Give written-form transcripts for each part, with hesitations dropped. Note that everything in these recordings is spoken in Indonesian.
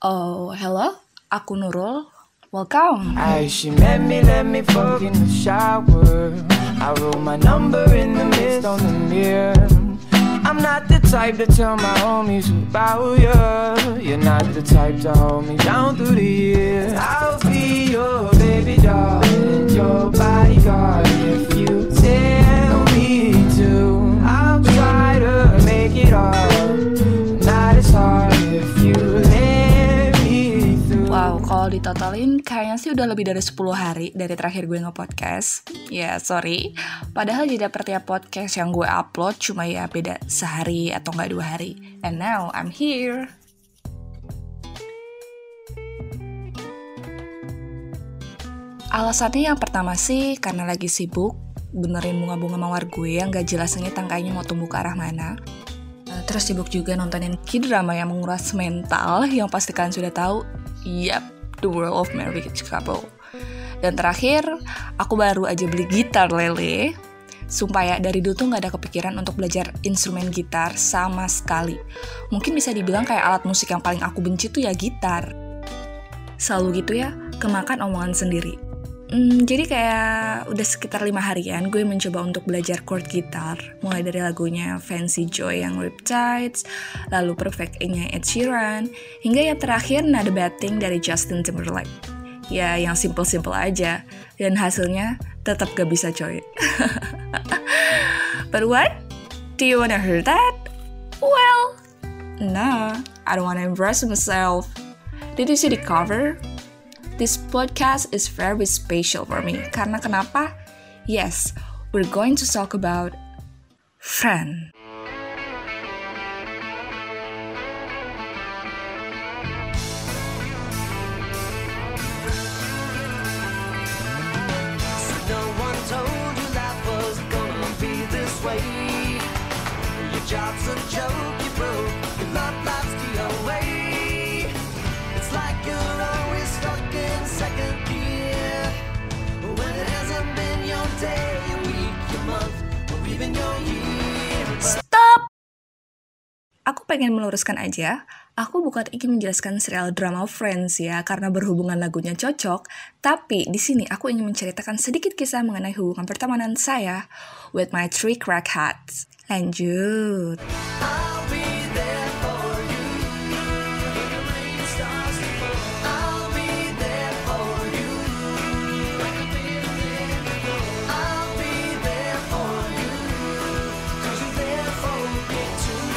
Oh, hello, aku Nurul. Welcome. She met me, let me fuck in the shower. I wrote my number in the mist on the mirror. I'm not the type to tell my homies about you. You're not the type to hold me down through the years. I'll be your baby doll, your bodyguard if you tell me to. I'll try to make it all, not as hard if you let me through. Wow, kalau ditotalin kayaknya sih udah lebih dari 10 hari dari terakhir gue nge-podcast. Ya, sorry. Padahal jeda per tiap podcast yang gue upload cuma ya beda sehari atau nggak 2 hari. And now I'm here. Alasannya yang pertama sih karena lagi sibuk benerin bunga-bunga mawar gue yang gak jelas ini tangkainya mau tumbuh ke arah mana. Terus sibuk juga nontonin K-drama yang menguras mental yang pasti kalian sudah tahu. Yap, The World of Married Couple. Dan terakhir, aku baru aja beli gitar lele. Sumpah ya, dari dulu tuh gak ada kepikiran untuk belajar instrumen gitar sama sekali. Mungkin bisa dibilang kayak alat musik yang paling aku benci tuh ya gitar. Selalu gitu ya, kemakan omongan sendiri. Jadi kayak udah sekitar 5 harian gue mencoba untuk belajar chord gitar. Mulai dari lagunya Fancy Joy yang Riptides, lalu Perfect A-nya Ed Sheeran, hingga yang terakhir Not a Bad Thing dari Justin Timberlake. Ya yang simple-simple aja, dan hasilnya tetap gak bisa coy. But what? Do you wanna hear that? Well, nah, I don't wanna embarrass myself. Did you see the cover? This podcast is very special for me. Karena kenapa? Yes, we're going to talk about friend. No one told you life was gonna be this way. Your job's a joke, you broke. Your love life's the away. It's like you're always stuck in second gear. When it hasn't been your day, your week, your month, or even your year. Stop! Aku pengen meluruskan aja, aku bukan ingin menjelaskan serial drama Friends ya, karena berhubungan lagunya cocok, tapi di sini aku ingin menceritakan sedikit kisah mengenai hubungan pertemanan saya with my 3 crackheads. Lanjut. I'll be there for you. When the rain starts to fall, I'll be there for you. Like I've been there before. I'll be there for you. 'Cause you're there for me too.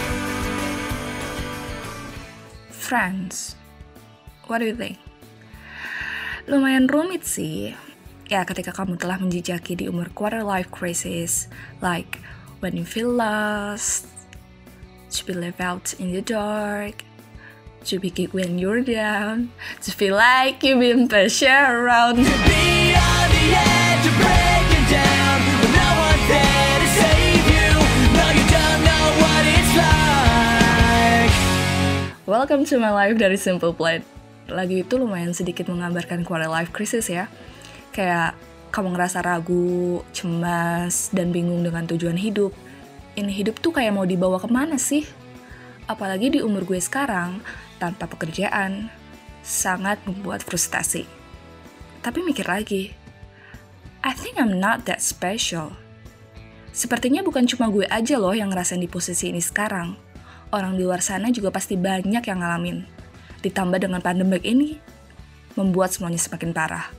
Friends. What do you think? Lumayan rumit sih. Ya, ketika kamu telah menjejaki di umur quarter life crisis, like when you feel lost, to be left out in the dark, to be kicked when you're down, to feel like you've been pushed around. Be on the edge of breaking down, but no one's there to save you. No, you don't know what it's like. Welcome to my life dari Simple Plan. Lagu itu lumayan sedikit menggambarkan quarter life crisis ya. Kayak kamu ngerasa ragu, cemas, dan bingung dengan tujuan hidup. Ini hidup tuh kayak mau dibawa kemana sih? Apalagi di umur gue sekarang, tanpa pekerjaan, sangat membuat frustasi. Tapi mikir lagi, I think I'm not that special. Sepertinya bukan cuma gue aja loh yang ngerasain di posisi ini sekarang. Orang di luar sana juga pasti banyak yang ngalamin. Ditambah dengan pandemik ini, membuat semuanya semakin parah.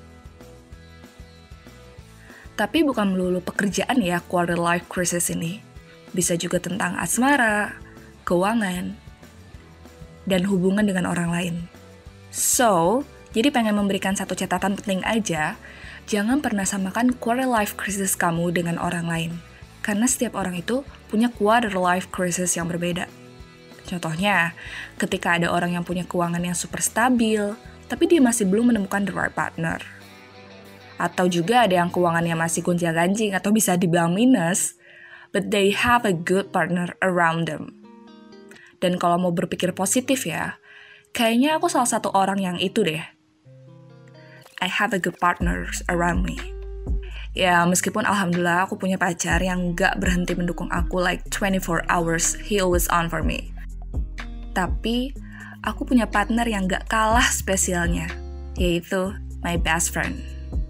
Tapi bukan melulu pekerjaan ya quarter life crisis ini. Bisa juga tentang asmara, keuangan, dan hubungan dengan orang lain. So, jadi pengen memberikan satu catatan penting aja, jangan pernah samakan quarter life crisis kamu dengan orang lain. Karena setiap orang itu punya quarter life crisis yang berbeda. Contohnya, ketika ada orang yang punya keuangan yang super stabil, tapi dia masih belum menemukan the right partner. Atau juga ada yang keuangannya masih gonjang-ganjing atau bisa dibilang minus, but they have a good partner around them. Dan kalau mau berpikir positif ya, kayaknya aku salah satu orang yang itu deh. I have a good partners around me. Ya, meskipun alhamdulillah aku punya pacar yang gak berhenti mendukung aku like 24 hours, he always on for me. Tapi, aku punya partner yang gak kalah spesialnya, yaitu my best friend.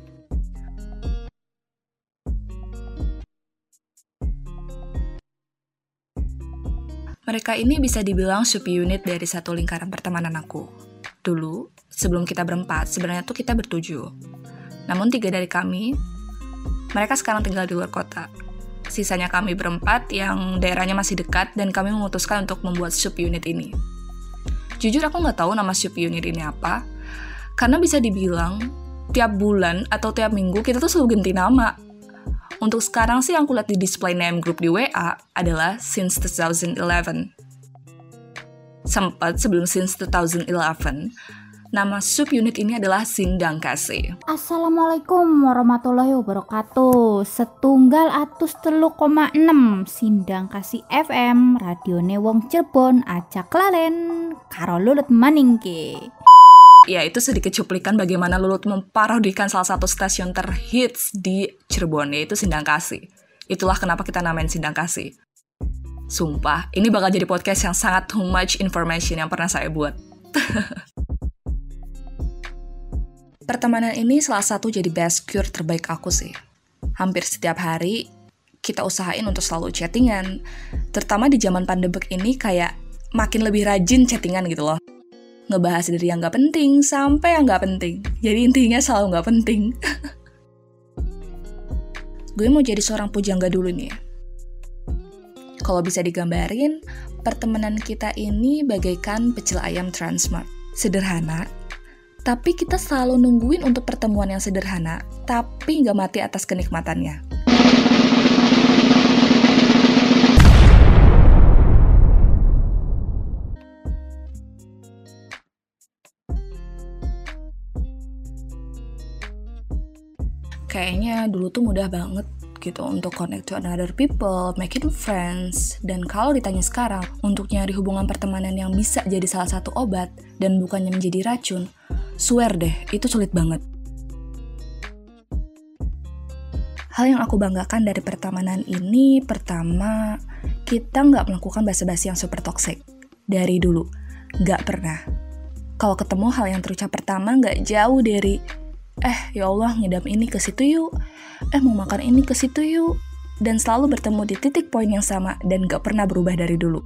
Mereka ini bisa dibilang sub-unit dari satu lingkaran pertemanan aku. Dulu, sebelum kita berempat, sebenarnya tuh kita bertujuh. Namun 3 dari kami, mereka sekarang tinggal di luar kota. Sisanya kami berempat yang daerahnya masih dekat dan kami memutuskan untuk membuat sub-unit ini. Jujur aku nggak tahu nama sub-unit ini apa, karena bisa dibilang tiap bulan atau tiap minggu kita tuh selalu ganti nama. Untuk sekarang sih yang aku lihat di display name group di WA adalah Since 2011. Sempat sebelum Since 2011, nama subunit ini adalah Sindang Kasih. Assalamualaikum warahmatullahi wabarakatuh. 103,6 Sindang Kasih FM, radione wong Cirebon, acak lalen karo Lulut Maningke. Ya, itu sedikit cuplikan bagaimana Lulut memparodikan salah satu stasiun terhits di Cirebon, yaitu Sindang Kasih. Itulah kenapa kita namain Sindang Kasih. Sumpah, ini bakal jadi podcast yang sangat too much information yang pernah saya buat. Pertemanan ini salah satu jadi best cure terbaik aku sih. Hampir setiap hari, kita usahain untuk selalu chattingan. Terutama di zaman pandemik ini kayak makin lebih rajin chattingan gitu loh. Ngebahas dari yang gak penting sampai yang gak penting. Jadi intinya selalu gak penting. Gue mau jadi seorang pujangga dulu nih. Kalau bisa digambarin, pertemanan kita ini bagaikan pecel ayam Transmart. Sederhana, tapi kita selalu nungguin untuk pertemuan yang sederhana, tapi gak mati atas kenikmatannya. Kayaknya dulu tuh mudah banget gitu untuk connect to another people, making friends. Dan kalau ditanya sekarang, untuk nyari hubungan pertemanan yang bisa jadi salah satu obat dan bukannya menjadi racun, swear deh, itu sulit banget. Hal yang aku banggakan dari pertemanan ini, pertama, kita nggak melakukan basa-basi yang super toxic. Dari dulu, nggak pernah. Kalau ketemu hal yang terucap pertama nggak jauh dari ya Allah, ngidam ini ke situ yuk. Mau makan ini ke situ yuk. Dan selalu bertemu di titik poin yang sama dan gak pernah berubah dari dulu.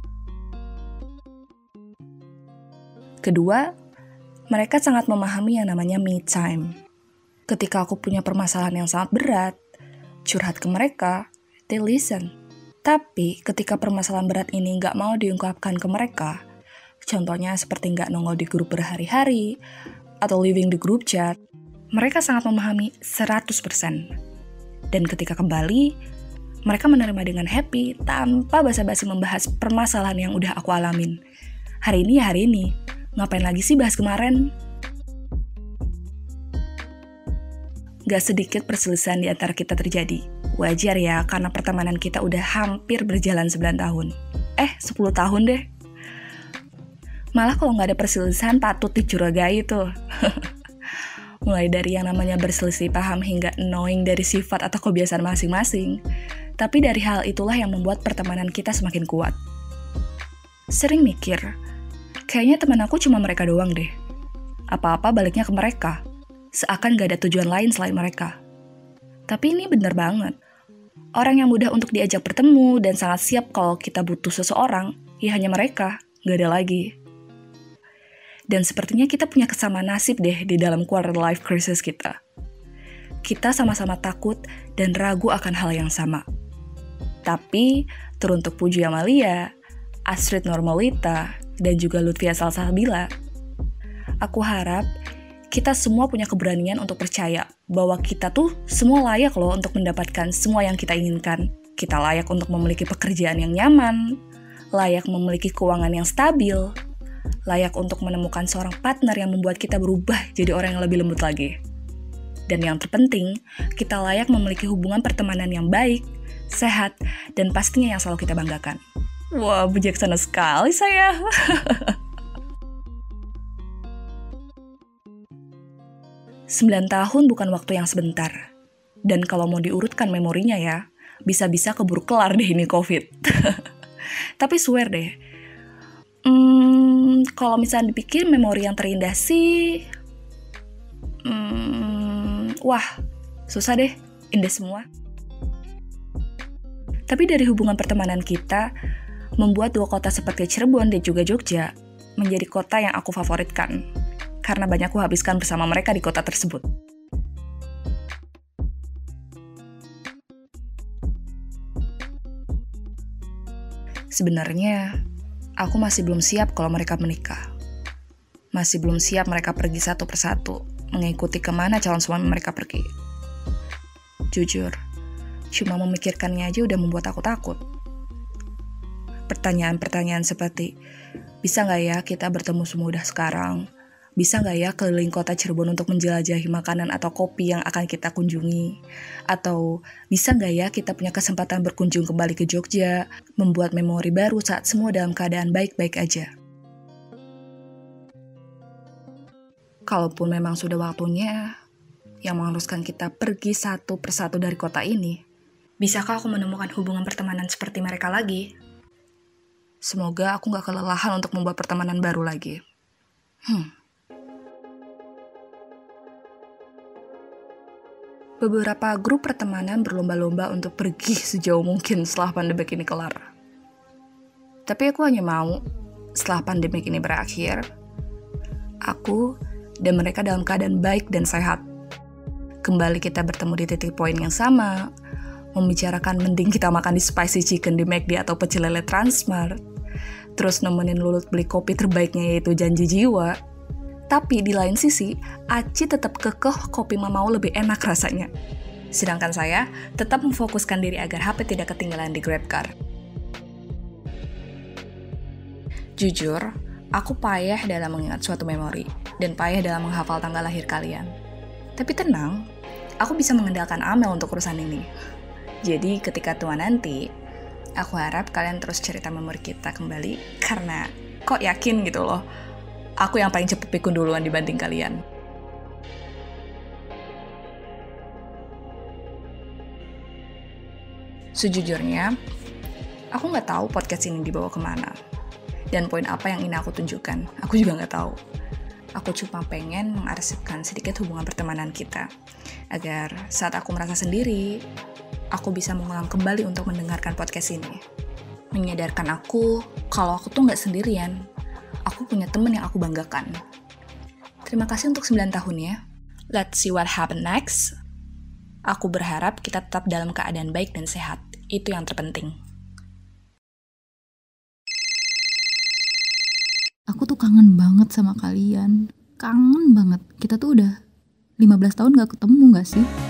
Kedua, mereka sangat memahami yang namanya me time. Ketika aku punya permasalahan yang sangat berat, curhat ke mereka, they listen. Tapi ketika permasalahan berat ini gak mau diungkapkan ke mereka, contohnya seperti gak nongol di grup berhari-hari, atau living di grup chat, mereka sangat memahami 100%. Dan ketika kembali, mereka menerima dengan happy tanpa basa-basi membahas permasalahan yang udah aku alamin. Hari ini ya hari ini, ngapain lagi sih bahas kemarin? Gak sedikit perselisihan di antara kita terjadi. Wajar ya, karena pertemanan kita udah hampir berjalan 9 tahun. 10 tahun deh. Malah kalau gak ada perselisihan patut dicurigai tuh. Mulai dari yang namanya berselisih paham hingga annoying dari sifat atau kebiasaan masing-masing. Tapi dari hal itulah yang membuat pertemanan kita semakin kuat. Sering mikir, kayaknya teman aku cuma mereka doang deh. Apa-apa baliknya ke mereka. Seakan gak ada tujuan lain selain mereka. Tapi ini bener banget. Orang yang mudah untuk diajak bertemu dan sangat siap kalau kita butuh seseorang, ya hanya mereka, gak ada lagi. Dan sepertinya kita punya kesamaan nasib deh di dalam quarter life crisis kita. Kita sama-sama takut dan ragu akan hal yang sama. Tapi, teruntuk Puji Amalia, Astrid Normalita, dan juga Lutfia Salsabila, aku harap kita semua punya keberanian untuk percaya bahwa kita tuh semua layak loh untuk mendapatkan semua yang kita inginkan. Kita layak untuk memiliki pekerjaan yang nyaman, layak memiliki keuangan yang stabil, layak untuk menemukan seorang partner yang membuat kita berubah jadi orang yang lebih lembut lagi. Dan yang terpenting, kita layak memiliki hubungan pertemanan yang baik, sehat, dan pastinya yang selalu kita banggakan. Wah, bijaksana sekali saya. Sembilan tahun bukan waktu yang sebentar. Dan kalau mau diurutkan memorinya ya, bisa-bisa keburu kelar deh ini COVID. Tapi swear deh, Kalau misalnya dipikir memori yang terindah sih, wah, susah deh, indah semua. Tapi dari hubungan pertemanan kita, membuat 2 kota seperti Cirebon dan juga Jogja menjadi kota yang aku favoritkan, karena banyak aku habiskan bersama mereka di kota tersebut. Sebenarnya, aku masih belum siap kalau mereka menikah. Masih belum siap mereka pergi satu persatu, mengikuti kemana calon suami mereka pergi. Jujur, cuma memikirkannya aja udah membuat aku takut. Pertanyaan-pertanyaan seperti, bisa nggak ya kita bertemu semudah sekarang? Bisa nggak ya keliling kota Cirebon untuk menjelajahi makanan atau kopi yang akan kita kunjungi? Atau bisa nggak ya kita punya kesempatan berkunjung kembali ke Jogja, membuat memori baru saat semua dalam keadaan baik-baik aja? Kalaupun memang sudah waktunya yang mengharuskan kita pergi satu persatu dari kota ini, bisakah aku menemukan hubungan pertemanan seperti mereka lagi? Semoga aku nggak kelelahan untuk membuat pertemanan baru lagi. Beberapa grup pertemanan berlomba-lomba untuk pergi sejauh mungkin setelah pandemi ini kelar. Tapi aku hanya mau, setelah pandemi ini berakhir, aku dan mereka dalam keadaan baik dan sehat. Kembali kita bertemu di titik poin yang sama, membicarakan mending kita makan di spicy chicken di McD atau pecel lele Transmart, terus nemenin Lulut beli kopi terbaiknya yaitu Janji Jiwa. Tapi di lain sisi, Aci tetap kekeh kopi Mamau lebih enak rasanya. Sedangkan saya tetap memfokuskan diri agar HP tidak ketinggalan di GrabCar. Jujur, aku payah dalam mengingat suatu memori, dan payah dalam menghafal tanggal lahir kalian. Tapi tenang, aku bisa mengendalikan Amel untuk urusan ini. Jadi ketika tua nanti, aku harap kalian terus cerita memori kita kembali, karena kok yakin gitu loh, aku yang paling cepet pikun duluan dibanding kalian. Sejujurnya, aku nggak tahu podcast ini dibawa kemana. Dan poin apa yang ingin aku tunjukkan, aku juga nggak tahu. Aku cuma pengen mengarsipkan sedikit hubungan pertemanan kita. Agar saat aku merasa sendiri, aku bisa mengulang kembali untuk mendengarkan podcast ini. Menyadarkan aku kalau aku tuh nggak sendirian. Aku punya temen yang aku banggakan. Terima kasih untuk 9 tahun ya. Let's see what happen next. Aku berharap kita tetap dalam keadaan baik dan sehat. Itu yang terpenting. Aku tuh kangen banget sama kalian. Kangen banget. Kita tuh udah 15 tahun gak ketemu gak sih?